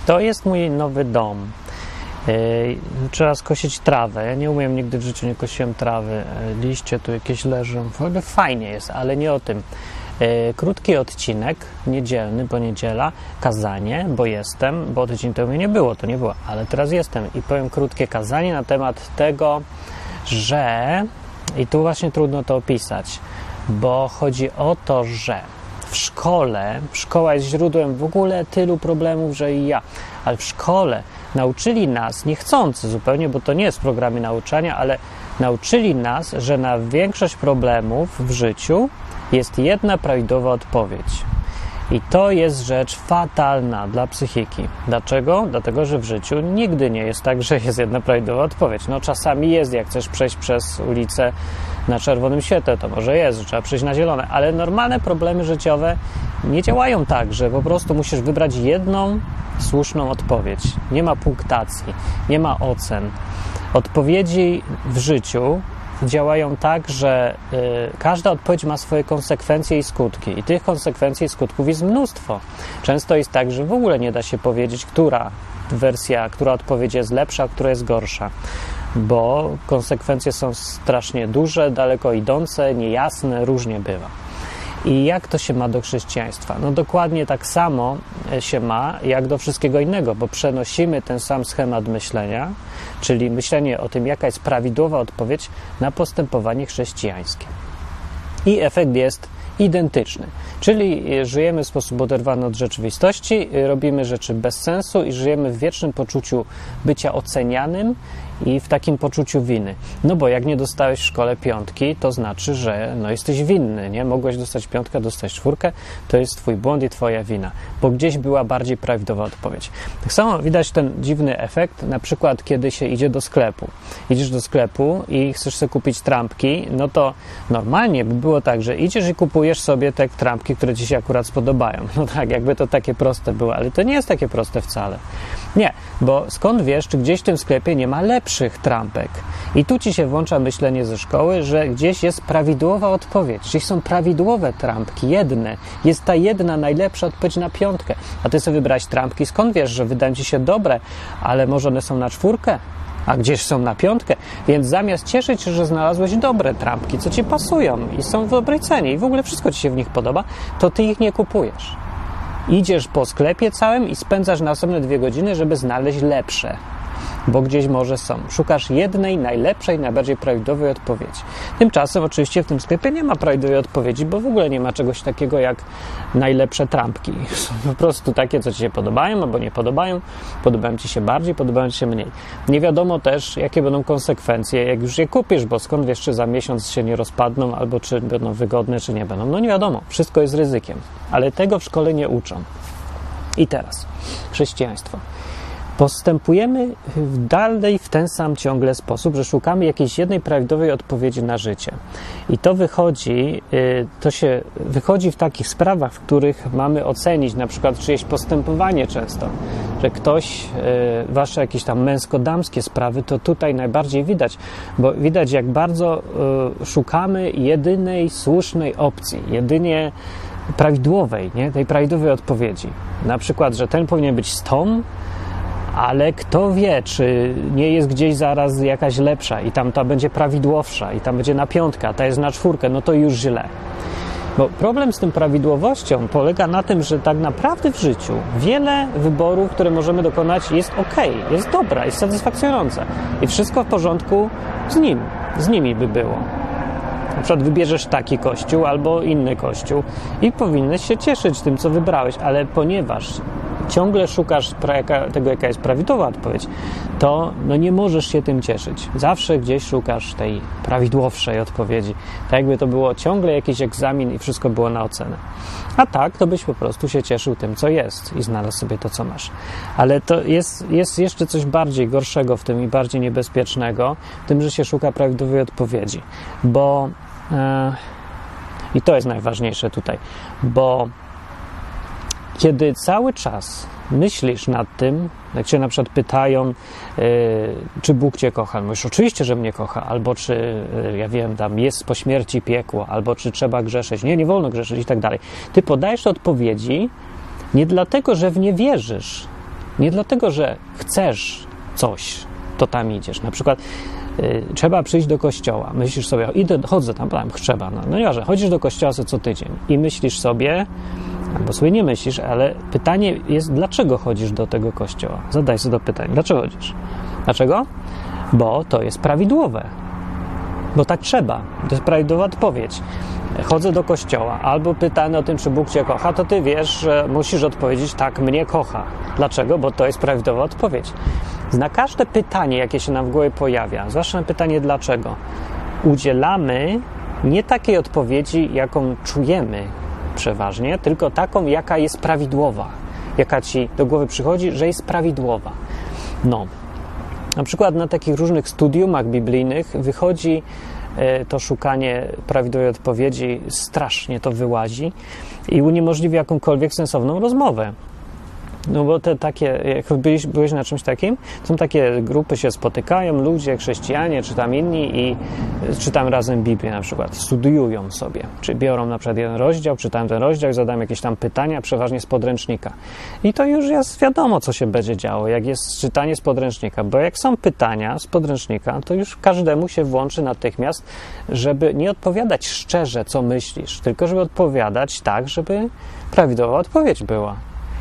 To jest mój nowy dom. Trzeba skosić trawę. Ja nie umiem, nigdy w życiu nie kosiłem trawy. Liście tu jakieś leżą. Fajnie jest, ale nie o tym. Krótki odcinek, niedzielny, bo niedziela, kazanie, bo tydzień temu nie było, ale teraz jestem i powiem krótkie kazanie na temat tego, że, i tu właśnie trudno to opisać, bo chodzi o to, że szkoła jest źródłem w ogóle tylu problemów, że i ja, ale w szkole nauczyli nas, niechcący zupełnie, bo to nie jest w programie nauczania, ale nauczyli nas, że na większość problemów w życiu jest jedna prawidłowa odpowiedź. I to jest rzecz fatalna dla psychiki. Dlaczego? Dlatego, że w życiu nigdy nie jest tak, że jest jedna prawidłowa odpowiedź. No czasami jest, jak chcesz przejść przez ulicę na czerwonym świetle, to może jest, że trzeba przejść na zielone, ale normalne problemy życiowe nie działają tak, że po prostu musisz wybrać jedną słuszną odpowiedź. Nie ma punktacji, nie ma ocen. Odpowiedzi w życiu działają tak, że każda odpowiedź ma swoje konsekwencje i skutki. I tych konsekwencji i skutków jest mnóstwo. Często jest tak, że w ogóle nie da się powiedzieć, która odpowiedź jest lepsza, a która jest gorsza. Bo konsekwencje są strasznie duże, daleko idące, niejasne, różnie bywa. I jak to się ma do chrześcijaństwa? No dokładnie tak samo się ma jak do wszystkiego innego, bo przenosimy ten sam schemat myślenia, czyli myślenie o tym, jaka jest prawidłowa odpowiedź na postępowanie chrześcijańskie. I efekt jest identyczny. Czyli żyjemy w sposób oderwany od rzeczywistości, robimy rzeczy bez sensu i żyjemy w wiecznym poczuciu bycia ocenianym i w takim poczuciu winy. No bo jak nie dostałeś w szkole 5, to znaczy, że jesteś winny, nie? Mogłeś dostać 5, dostać 4, to jest twój błąd i twoja wina, bo gdzieś była bardziej prawidłowa odpowiedź. Tak samo widać ten dziwny efekt, na przykład kiedy się idzie do sklepu. Idziesz do sklepu i chcesz sobie kupić trampki, no to normalnie by było tak, że idziesz i kupujesz sobie te trampki, które ci się akurat spodobają. No tak, jakby to takie proste było, ale to nie jest takie proste wcale. Nie, bo skąd wiesz, czy gdzieś w tym sklepie nie ma lepszych trampek? I tu ci się włącza myślenie ze szkoły, że gdzieś jest prawidłowa odpowiedź, gdzieś są prawidłowe trampki, jedne. Jest ta jedna najlepsza odpowiedź na 5. A ty sobie wybrać trampki, skąd wiesz, że wydają ci się dobre, ale może one są na 4? A gdzieś są na 5, więc zamiast cieszyć się, że znalazłeś dobre trampki, co ci pasują i są w dobrej cenie i w ogóle wszystko ci się w nich podoba, to ty ich nie kupujesz. Idziesz po sklepie całym i spędzasz następne 2 godziny, żeby znaleźć lepsze, bo gdzieś może są. Szukasz jednej, najlepszej, najbardziej prawidłowej odpowiedzi. Tymczasem oczywiście w tym sklepie nie ma prawidłowej odpowiedzi, bo w ogóle nie ma czegoś takiego jak najlepsze trampki. Są po prostu takie, co ci się podobają albo nie podobają. Podobają ci się bardziej, podobają ci się mniej. Nie wiadomo też, jakie będą konsekwencje, jak już je kupisz, bo skąd wiesz, czy za miesiąc się nie rozpadną, albo czy będą wygodne, czy nie będą. No nie wiadomo. Wszystko jest ryzykiem. Ale tego w szkole nie uczą. I teraz chrześcijaństwo. Postępujemy dalej w ten sam ciągle sposób, że szukamy jakiejś jednej prawidłowej odpowiedzi na życie. I to wychodzi w takich sprawach, w których mamy ocenić na przykład czyjeś postępowanie często, że ktoś, wasze jakieś tam męsko-damskie sprawy, to tutaj najbardziej widać, bo widać jak bardzo szukamy jedynej słusznej opcji, jedynie prawidłowej, nie? Tej prawidłowej odpowiedzi. Na przykład, że ten powinien być z tą, ale kto wie, czy nie jest gdzieś zaraz jakaś lepsza i tam ta będzie prawidłowsza i tam będzie na 5, a ta jest na 4, no to już źle. Bo problem z tym prawidłowością polega na tym, że tak naprawdę w życiu wiele wyborów, które możemy dokonać, jest jest dobra, jest satysfakcjonujące i wszystko w porządku z nimi by było. Na przykład wybierzesz taki kościół albo inny kościół i powinieneś się cieszyć tym, co wybrałeś, ale ponieważ ciągle szukasz tego, jaka jest prawidłowa odpowiedź, to nie możesz się tym cieszyć. Zawsze gdzieś szukasz tej prawidłowszej odpowiedzi. Tak jakby to było ciągle jakiś egzamin i wszystko było na ocenę. A tak, to byś po prostu się cieszył tym, co jest i znalazł sobie to, co masz. Ale to jest jeszcze coś bardziej gorszego w tym i bardziej niebezpiecznego, w tym, że się szuka prawidłowej odpowiedzi. Bo i to jest najważniejsze tutaj, bo kiedy cały czas myślisz nad tym, jak cię na przykład pytają, czy Bóg cię kocha, mówisz, oczywiście, że mnie kocha, albo czy, tam jest po śmierci piekło, albo czy trzeba grzeszyć, nie wolno grzeszyć i tak dalej. Ty podajesz odpowiedzi nie dlatego, że w nie wierzysz, Nie dlatego, że chcesz coś, to tam idziesz. Na przykład trzeba przyjść do kościoła. Myślisz sobie, chodzę tam, trzeba. No nieważne, chodzisz do kościoła co tydzień i myślisz sobie, albo sobie nie myślisz, ale pytanie jest, dlaczego chodzisz do tego kościoła? Zadaj sobie to pytanie, dlaczego chodzisz? Dlaczego? Bo to jest prawidłowe. Bo tak trzeba. To jest prawidłowa odpowiedź. Chodzę do kościoła, albo pytany o tym, czy Bóg cię kocha, to ty wiesz, że musisz odpowiedzieć, tak, mnie kocha. Dlaczego? Bo to jest prawidłowa odpowiedź. Na każde pytanie, jakie się nam w głowie pojawia, zwłaszcza na pytanie dlaczego, udzielamy nie takiej odpowiedzi, jaką czujemy przeważnie, tylko taką, jaka jest prawidłowa. Jaka ci do głowy przychodzi, że jest prawidłowa. No. Na przykład na takich różnych studiumach biblijnych wychodzi to szukanie prawidłowej odpowiedzi, strasznie to wyłazi i uniemożliwia jakąkolwiek sensowną rozmowę. No bo te takie, jak byłeś na czymś takim, są takie grupy, się spotykają, ludzie, chrześcijanie, czy tam inni i czytają razem Biblię na przykład, studiują sobie, czy biorą na przykład jeden rozdział, czytają ten rozdział, zadają jakieś tam pytania, przeważnie z podręcznika. I to już jest wiadomo, co się będzie działo, jak jest czytanie z podręcznika, bo jak są pytania z podręcznika, to już każdemu się włączy natychmiast, żeby nie odpowiadać szczerze, co myślisz, tylko żeby odpowiadać tak, żeby prawidłowa odpowiedź była.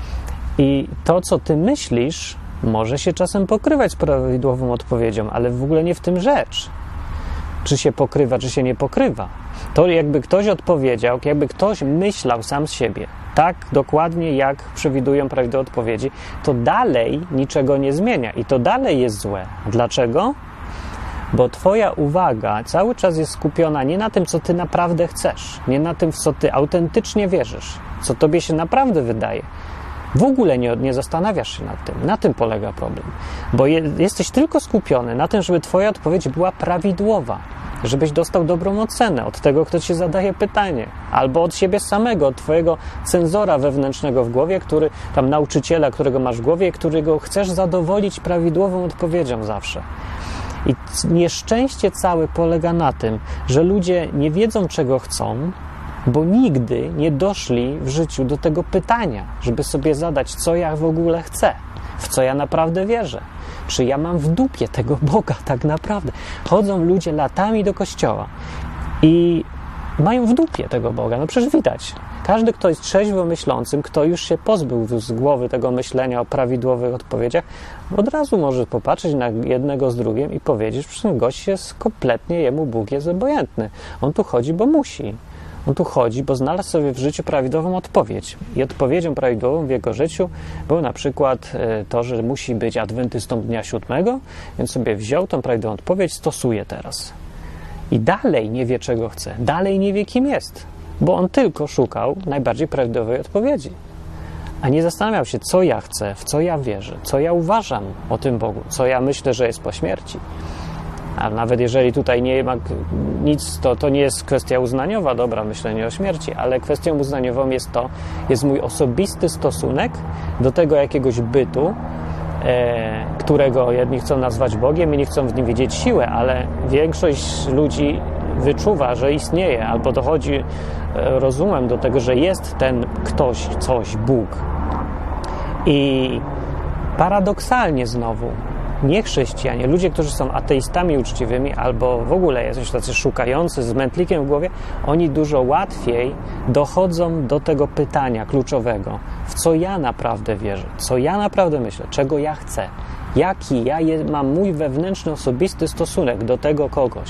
I to, co ty myślisz, może się czasem pokrywać z prawidłową odpowiedzią, ale w ogóle nie w tym rzecz. Czy się pokrywa, czy się nie pokrywa. To jakby ktoś odpowiedział, jakby ktoś myślał sam z siebie, tak dokładnie jak przewidują prawidłowe odpowiedzi, to dalej niczego nie zmienia i to dalej jest złe. Dlaczego? Bo twoja uwaga cały czas jest skupiona nie na tym, co ty naprawdę chcesz, nie na tym, w co ty autentycznie wierzysz, co tobie się naprawdę wydaje. W ogóle nie zastanawiasz się nad tym. Na tym polega problem. Bo jesteś tylko skupiony na tym, żeby twoja odpowiedź była prawidłowa. Żebyś dostał dobrą ocenę od tego, kto ci zadaje pytanie. Albo od siebie samego, od twojego cenzora wewnętrznego w głowie, tam nauczyciela, którego masz w głowie, którego chcesz zadowolić prawidłową odpowiedzią zawsze. I nieszczęście całe polega na tym, że ludzie nie wiedzą, czego chcą, bo nigdy nie doszli w życiu do tego pytania, żeby sobie zadać, co ja w ogóle chcę, w co ja naprawdę wierzę, czy ja mam w dupie tego Boga tak naprawdę. Chodzą ludzie latami do kościoła i mają w dupie tego Boga, no przecież widać. Każdy, kto jest trzeźwo myślącym, kto już się pozbył z głowy tego myślenia o prawidłowych odpowiedziach, od razu może popatrzeć na jednego z drugim i powiedzieć, że ten gość jest kompletnie, jemu Bóg jest obojętny. On tu chodzi, bo musi. On tu chodzi, bo znalazł sobie w życiu prawidłową odpowiedź. I odpowiedzią prawidłową w jego życiu było na przykład to, że musi być adwentystą dnia 7, więc sobie wziął tą prawidłową odpowiedź, stosuje teraz. I dalej nie wie, czego chce. Dalej nie wie, kim jest. Bo on tylko szukał najbardziej prawidłowej odpowiedzi. A nie zastanawiał się, co ja chcę, w co ja wierzę, co ja uważam o tym Bogu, co ja myślę, że jest po śmierci. A nawet jeżeli tutaj nie ma nic, to nie jest kwestia uznaniowa, dobra, myślenie o śmierci, ale kwestią uznaniową jest mój osobisty stosunek do tego jakiegoś bytu, którego jedni chcą nazwać Bogiem i nie chcą w nim widzieć siłę, ale większość ludzi wyczuwa, że istnieje, albo dochodzi rozumem do tego, że jest ten ktoś, coś, Bóg. I paradoksalnie znowu, niechrześcijanie, ludzie, którzy są ateistami uczciwymi albo w ogóle jacyś tacy szukający z mętlikiem w głowie, oni dużo łatwiej dochodzą do tego pytania kluczowego, w co ja naprawdę wierzę, co ja naprawdę myślę, czego ja chcę, jaki mam mój wewnętrzny, osobisty stosunek do tego kogoś.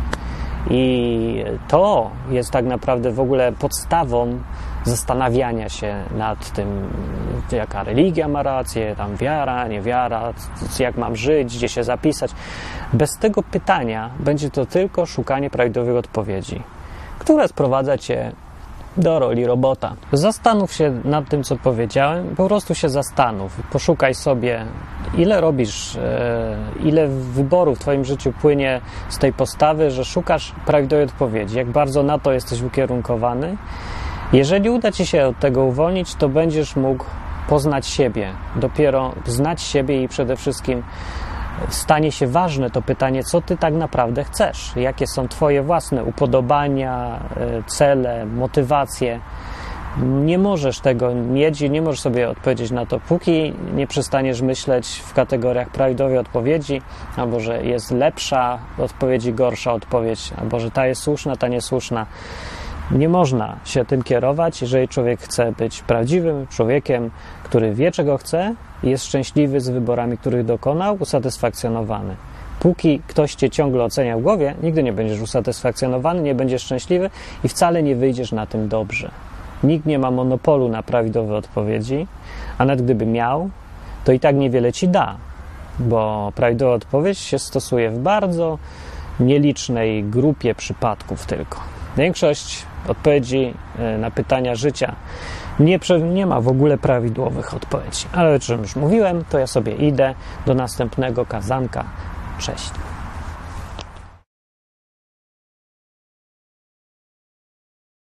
I to jest tak naprawdę w ogóle podstawą zastanawiania się nad tym, jaka religia ma rację, tam wiara, niewiara, jak mam żyć, gdzie się zapisać. Bez tego pytania będzie to tylko szukanie prawidłowych odpowiedzi, które sprowadza cię do roli robota. Zastanów się nad tym, co powiedziałem, po prostu się zastanów. Poszukaj sobie, ile robisz, ile wyborów w twoim życiu płynie z tej postawy, że szukasz prawidłowej odpowiedzi, jak bardzo na to jesteś ukierunkowany. Jeżeli uda ci się od tego uwolnić, to będziesz mógł poznać siebie. Dopiero znać siebie i przede wszystkim stanie się ważne to pytanie, co ty tak naprawdę chcesz, jakie są twoje własne upodobania, cele, motywacje Nie możesz tego mieć i nie możesz sobie odpowiedzieć na to, póki nie przestaniesz myśleć w kategoriach prawidłowej odpowiedzi, albo że jest lepsza odpowiedź i gorsza odpowiedź, albo że ta jest słuszna, ta niesłuszna. Nie można się tym kierować, jeżeli człowiek chce być prawdziwym człowiekiem, który wie, czego chce i jest szczęśliwy z wyborami, których dokonał, usatysfakcjonowany. Póki ktoś cię ciągle ocenia w głowie, nigdy nie będziesz usatysfakcjonowany, nie będziesz szczęśliwy i wcale nie wyjdziesz na tym dobrze. Nikt nie ma monopolu na prawidłowe odpowiedzi, a nawet gdyby miał, to i tak niewiele ci da, bo prawidłowa odpowiedź się stosuje w bardzo nielicznej grupie przypadków tylko. Większość odpowiedzi na pytania życia nie ma w ogóle prawidłowych odpowiedzi. Ale o czym już mówiłem, to ja sobie idę do następnego kazanka. Cześć.